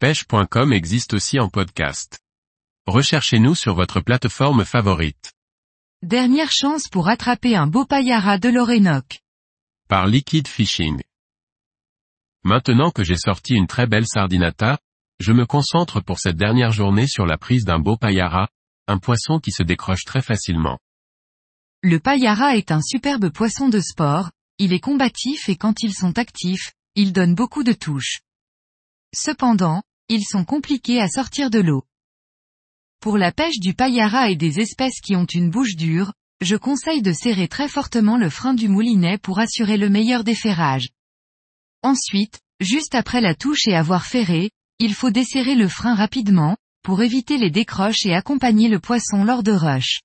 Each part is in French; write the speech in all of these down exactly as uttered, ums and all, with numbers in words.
pêche point com existe aussi en podcast. Recherchez-nous sur votre plateforme favorite. Dernière chance pour attraper un beau paillara de l'Orénoque. Par Liquid Fishing. Maintenant que j'ai sorti une très belle sardinata, je me concentre pour cette dernière journée sur la prise d'un beau paillara, un poisson qui se décroche très facilement. Le paillara est un superbe poisson de sport, il est combatif et quand ils sont actifs, ils donnent beaucoup de touches. Cependant, ils sont compliqués à sortir de l'eau. Pour la pêche du paillara et des espèces qui ont une bouche dure, je conseille de serrer très fortement le frein du moulinet pour assurer le meilleur déferrage. Ensuite, juste après la touche et avoir ferré, il faut desserrer le frein rapidement, pour éviter les décroches et accompagner le poisson lors de rush.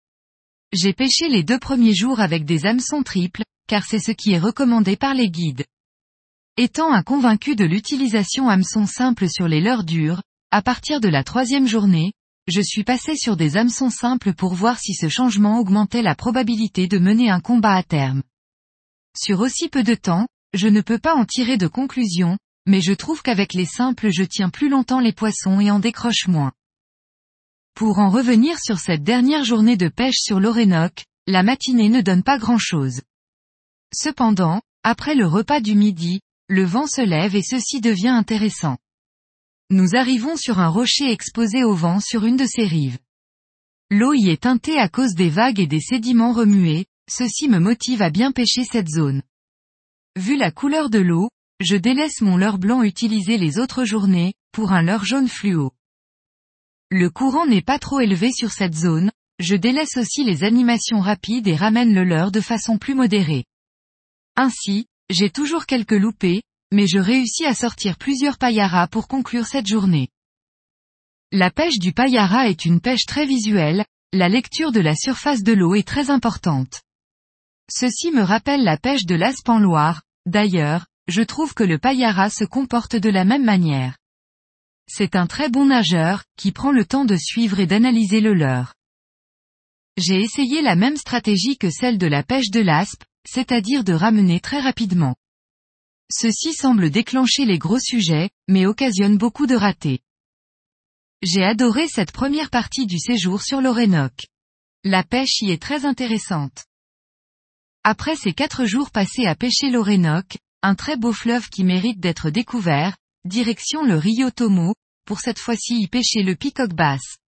J'ai pêché les deux premiers jours avec des hameçons triples, car c'est ce qui est recommandé par les guides. Étant un convaincu de l'utilisation hameçon simple sur les leurres dures, à partir de la troisième journée, je suis passé sur des hameçons simples pour voir si ce changement augmentait la probabilité de mener un combat à terme. Sur aussi peu de temps, je ne peux pas en tirer de conclusion, mais je trouve qu'avec les simples je tiens plus longtemps les poissons et en décroche moins. Pour en revenir sur cette dernière journée de pêche sur l'Orénoque, la matinée ne donne pas grand-chose. Cependant, après le repas du midi, le vent se lève et ceci devient intéressant. Nous arrivons sur un rocher exposé au vent sur une de ses rives. L'eau y est teintée à cause des vagues et des sédiments remués, ceci me motive à bien pêcher cette zone. Vu la couleur de l'eau, je délaisse mon leurre blanc utilisé les autres journées, pour un leurre jaune fluo. Le courant n'est pas trop élevé sur cette zone, je délaisse aussi les animations rapides et ramène le leurre de façon plus modérée. Ainsi, j'ai toujours quelques loupés, mais je réussis à sortir plusieurs paillaras pour conclure cette journée. La pêche du paillara est une pêche très visuelle, la lecture de la surface de l'eau est très importante. Ceci me rappelle la pêche de l'aspe en Loire, d'ailleurs, je trouve que le paillara se comporte de la même manière. C'est un très bon nageur, qui prend le temps de suivre et d'analyser le leurre. J'ai essayé la même stratégie que celle de la pêche de l'aspe, c'est-à-dire de ramener très rapidement. Ceci semble déclencher les gros sujets, mais occasionne beaucoup de ratés. J'ai adoré cette première partie du séjour sur l'Orénoque. La pêche y est très intéressante. Après ces quatre jours passés à pêcher l'Orénoque, un très beau fleuve qui mérite d'être découvert, direction le Rio Tomo, pour cette fois-ci y pêcher le peacock bass.